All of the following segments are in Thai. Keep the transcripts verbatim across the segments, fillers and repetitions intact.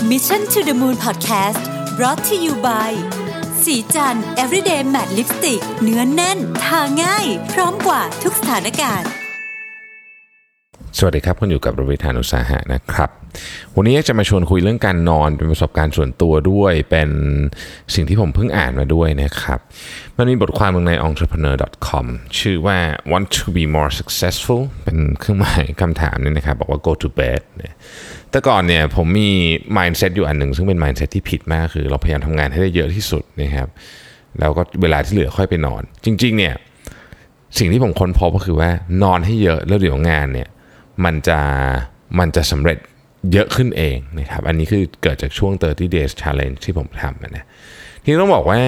Mission to the Moon Podcast brought to you by สีจัน Everyday Matte Lipstick เนื้อนแน่นทาง่ายพร้อมกว่าทุกสถานการณ์สวัสดีครับคุณอยู่กับรวิธานอุตสาหะนะครับวันนี้จะมาชวนคุยเรื่องการนอนเป็นประสบการณ์ส่วนตัวด้วยเป็นสิ่งที่ผมเพิ่งอ่านมาด้วยนะครับมันมีบทความนึงใน entrepreneur ดอท คอม ชื่อว่า want to be more successful เป็นเครื่องหมายคำถามนี่นะครับบอกว่า go to bed แต่ก่อนเนี่ยผมมี mindset อยู่อันหนึ่งซึ่งเป็น mindset ที่ผิดมากคือเราพยายามทำงานให้ได้เยอะที่สุดนะครับแล้วก็เวลาที่เหลือค่อยไปนอนจริงๆเนี่ยสิ่งที่ผมค้นพบก็คือว่านอนให้เยอะแล้วเดี๋ยวงานเนี่ยมันจะมันจะสำเร็จเยอะขึ้นเองนะครับอันนี้คือเกิดจากช่วงสามสิบ days challenge ที่ผมทำนะทีนี้ต้องบอกว่า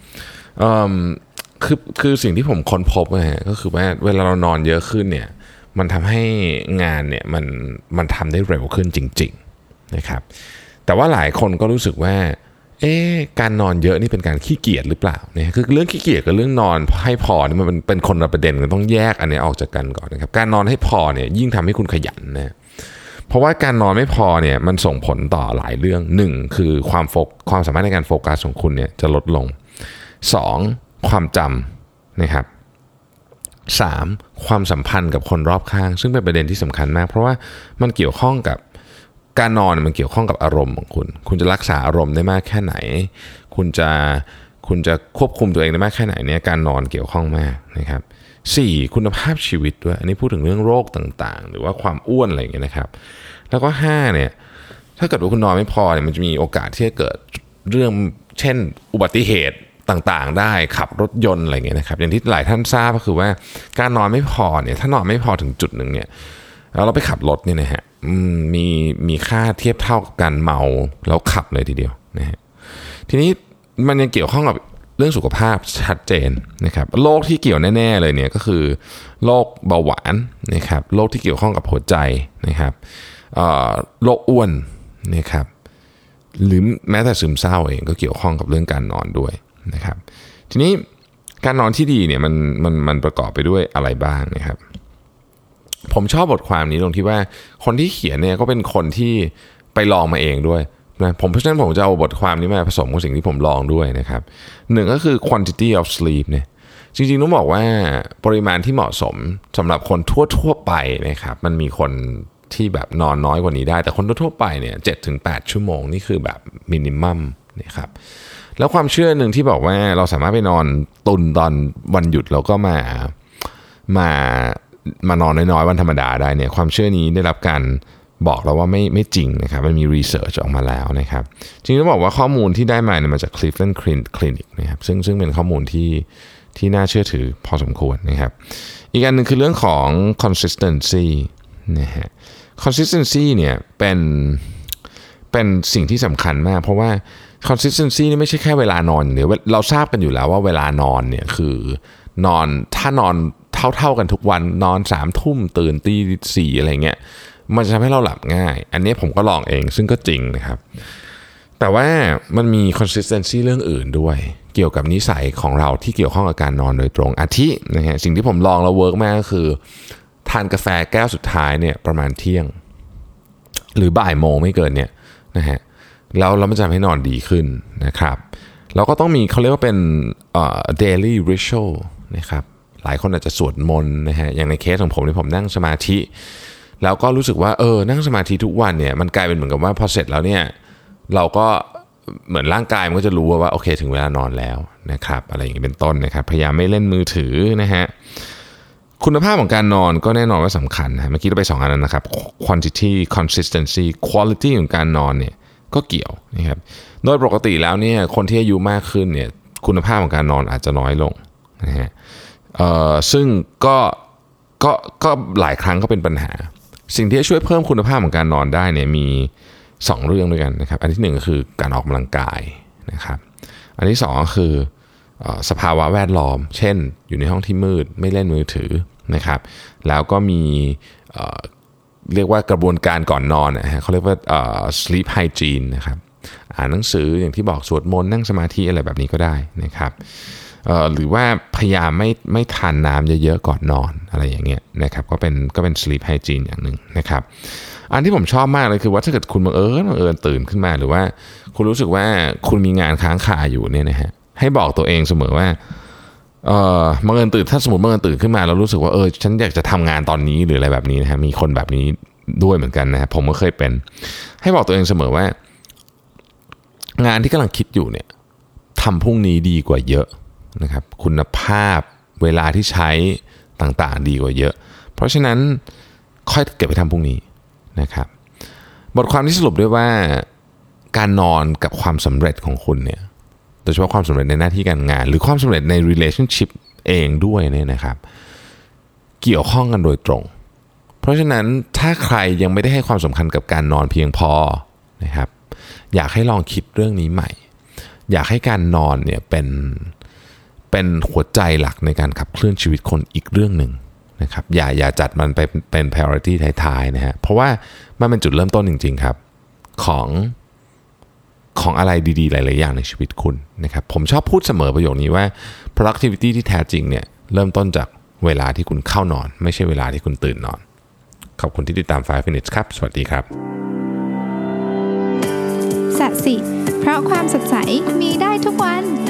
คือคือสิ่งที่ผมค้นพบนะก็คือว่าเวลาเรานอนเยอะขึ้นเนี่ยมันทำให้งานเนี่ยมันมันทำได้เร็วขึ้นจริงๆนะครับแต่ว่าหลายคนก็รู้สึกว่าเอ๊ะการนอนเยอะนี่เป็นการขี้เกียจหรือเปล่าเนี่ยคือเรื่องขี้เกียจกับเรื่องนอนให้พอนี่มันเป็นเป็นคนละประเด็นกันต้องแยกอันนี้ออกจากกันก่อนนะครับการนอนให้พอเนี่ยยิ่งทำให้คุณขยันนะเพราะว่าการนอนไม่พอเนี่ยมันส่งผลต่อหลายเรื่องหนึ่งคือความโฟกความสามารถในการโฟกัสของคุณเนี่ยจะลดลงสองความจำนะครับสามความสัมพันธ์กับคนรอบข้างซึ่งเป็นประเด็นที่สำคัญมากเพราะว่ามันเกี่ยวข้องกับการนอนมันเกี่ยวข้องกับอารมณ์ของคุณคุณจะรักษาอารมณ์ได้มากแค่ไหนคุณจะคุณจะควบคุมตัวเองได้มากแค่ไหนเนี่ยการนอนเกี่ยวข้องมากนะครับสี่คุณภาพชีวิตด้วยอันนี้พูดถึงเรื่องโรคต่างๆหรือว่าความอ้วนอะไรอย่างเงี้ยนะครับแล้วก็ห้าเนี่ยถ้าเกิดว่าคุณนอนไม่พอเนี่ยมันจะมีโอกาสที่จะเกิดเรื่องเช่นอุบัติเหตุต่างๆได้ขับรถยนต์อะไรอย่างเงี้ยนะครับอย่างที่หลายท่านทราบก็คือว่าการนอนไม่พอเนี่ยถ้านอนไม่พอถึงจุดหนึ่งเนี่ยเราไปขับรถเนี่ยนะฮะมีมีค่าเทียบเท่ากับการเมาแล้วขับเลยทีเดียวนะฮะทีนี้มันยังเกี่ยวข้องกับเรื่องสุขภาพชัดเจนนะครับโรคที่เกี่ยวแน่ๆเลยเนี่ยก็คือโรคเบาหวานนะครับโรคที่เกี่ยวข้องกับหัวใจนะครับโรคอ้วนนะครับหรือแม้แต่ซึมเศร้าเองก็เกี่ยวข้องกับเรื่องการนอนด้วยนะครับทีนี้การนอนที่ดีเนี่ยมันมันมันประกอบไปด้วยอะไรบ้างนะครับผมชอบบทความนี้ตรงที่ว่าคนที่เขียนเนี่ยก็เป็นคนที่ไปลองมาเองด้วยนะผมเพราะฉะนั้นผมจะเอาบทความนี้มาผสมกับสิ่งที่ผมลองด้วยนะครับหนึ่งก็คือ quantity of sleep เนี่ยจริงๆต้องบอกว่าปริมาณที่เหมาะสมสำหรับคนทั่วๆไปนะครับมันมีคนที่แบบนอนน้อยกว่านี้ได้แต่คนทั่วๆไปเนี่ยเจ็ดถึงแปดชั่วโมงนี่คือแบบมินิมัมนะครับแล้วความเชื่อหนึ่งที่บอกว่าเราสามารถไปนอนตุนตอนวันหยุดแล้วก็มามามานอนน้อยๆวันธรรมดาได้เนี่ยความเชื่อนี้ได้รับการบอกแล้วว่าไม่ไม่จริงนะครับมันมีรีเสิร์ชออกมาแล้วนะครับจริงๆต้องบอกว่าข้อมูลที่ได้มาเนี่ยมาจาก Cleveland Clinic นะครับซึ่งซึ่งเป็นข้อมูลที่ที่น่าเชื่อถือพอสมควรนะครับอีกอันนึงคือเรื่องของ consistency นะฮะ consistency เนี่ยเป็นเป็นสิ่งที่สำคัญมากเพราะว่า consistency นี่ไม่ใช่แค่เวลานอนอย่างเดียวเราทราบกันอยู่แล้วว่าเวลานอนเนี่ยคือนอนถ้านอนเท่าๆกันทุกวันนอนสามทุ่มตื่นตีสี่อะไรเงี้ยมันจะทำให้เราหลับง่ายอันนี้ผมก็ลองเองซึ่งก็จริงนะครับแต่ว่ามันมี consistency เรื่องอื่นด้วยเกี่ยวกับนิสัยของเราที่เกี่ยวข้องกับการนอนโดยตรงอาทินะฮะสิ่งที่ผมลองแล้วเวิร์กมากก็คือทานกาแฟแก้วสุดท้ายเนี่ยประมาณเที่ยงหรือบ่ายโมงไม่เกินเนี่ยนะฮะแล้วเรามันจะทำให้นอนดีขึ้นนะครับเราก็ต้องมีเขาเรียกว่าเป็นเอ่อ daily ritual นะครับหลายคนอาจจะสวดมนต์นะฮะอย่างในเคสของผมที่ผมนั่งสมาธิแล้วก็รู้สึกว่าเออนั่งสมาธิทุกวันเนี่ยมันกลายเป็นเหมือนกับว่าพอเสร็จแล้วเนี่ยเราก็เหมือนร่างกายมันก็จะรู้ว่าโอเคถึงเวลานอนแล้วนะครับอะไรอย่างนี้เป็นต้นนะครับพยายามไม่เล่นมือถือนะฮะคุณภาพของการนอนก็แน่นอนว่าสำคัญนะเมื่อกี้เราไปสองอันนั้นนะครับ quantity consistency quality ของการนอนเนี่ยก็เกี่ยวนะครับโดยปกติแล้วเนี่ยคนที่อายุมากขึ้นเนี่ยคุณภาพของการนอนอาจจะน้อยลงนะฮะเอ่อซึ่งก็ก็ก็หลายครั้งก็เป็นปัญหาสิ่งที่จะช่วยเพิ่มคุณภาพของการนอนได้เนี่ยมีสองเรื่องด้วยกันนะครับอันที่หนึ่งก็คือการออกกำลังกายนะครับอันที่สองก็คือเอ่อสภาวะแวดล้อมเช่นอยู่ในห้องที่มืดไม่เล่นมือถือนะครับแล้วก็มีเอ่อเรียกว่ากระบวนการก่อนนอนนะฮะเขาเรียกว่าเอ่อ sleep hygiene นะครับอ่านหนังสืออย่างที่บอกสวดมนต์นั่งสมาธิอะไรแบบนี้ก็ได้นะครับหรือว่าพยายามไม่ไม่ทานน้ำเยอะๆก่อนนอนอะไรอย่างเงี้ยนะครับก็เป็นก็เป็น sleep hygiene อย่างหนึ่งนะครับอันที่ผมชอบมากเลยคือว่าถ้าเกิดคุณบังเอิญบังเอิญตื่นขึ้นมาหรือว่าคุณรู้สึกว่าคุณมีงานค้างคาอยู่เนี่ยนะฮะให้บอกตัวเองเสมอว่าเออบังเอิญตื่นถ้าสมมติบังเอิญตื่นขึ้นมาแล้วรู้สึกว่าเออฉันอยากจะทำงานตอนนี้หรืออะไรแบบนี้นะฮะมีคนแบบนี้ด้วยเหมือนกันนะฮะผมก็เคยเป็นให้บอกตัวเองเสมอว่างานที่กำลังคิดอยู่เนี่ยทำพรุ่งนี้ดีกว่าเยอะนะครับคุณภาพเวลาที่ใช้ต่างๆดีกว่าเยอะเพราะฉะนั้นค่อยเก็บไปทำพรุ่งนี้นะครับบทความที่สรุปด้วยว่าการนอนกับความสำเร็จของคุณเนี่ยโดยเฉพาะความสำเร็จในหน้าที่การงานหรือความสำเร็จใน relationship เองด้วยเนี่ยนะครับเกี่ยวข้องกันโดยตรงเพราะฉะนั้นถ้าใครยังไม่ได้ให้ความสำคัญกับการนอนเพียงพอนะครับอยากให้ลองคิดเรื่องนี้ใหม่อยากให้การนอนเนี่ยเป็นเป็นหัวใจหลักในการขับเคลื่อนชีวิตคนอีกเรื่องหนึ่งนะครับอย่าอย่าจัดมันไปเป็น priority ท้ายๆนะฮะเพราะว่ามันเป็นจุดเริ่มต้นจริงๆครับของของอะไรดีๆหลายๆอย่างในชีวิตคุณนะครับผมชอบพูดเสมอประโยคนี้ว่า productivity ที่แท้จริงเนี่ยเริ่มต้นจากเวลาที่คุณเข้านอนไม่ใช่เวลาที่คุณตื่นนอนขอบคุณที่ติดตามไฟว์ minutes ครับสวัสดีครับสัตว์สิเพราะความสดใสมีได้ทุกวัน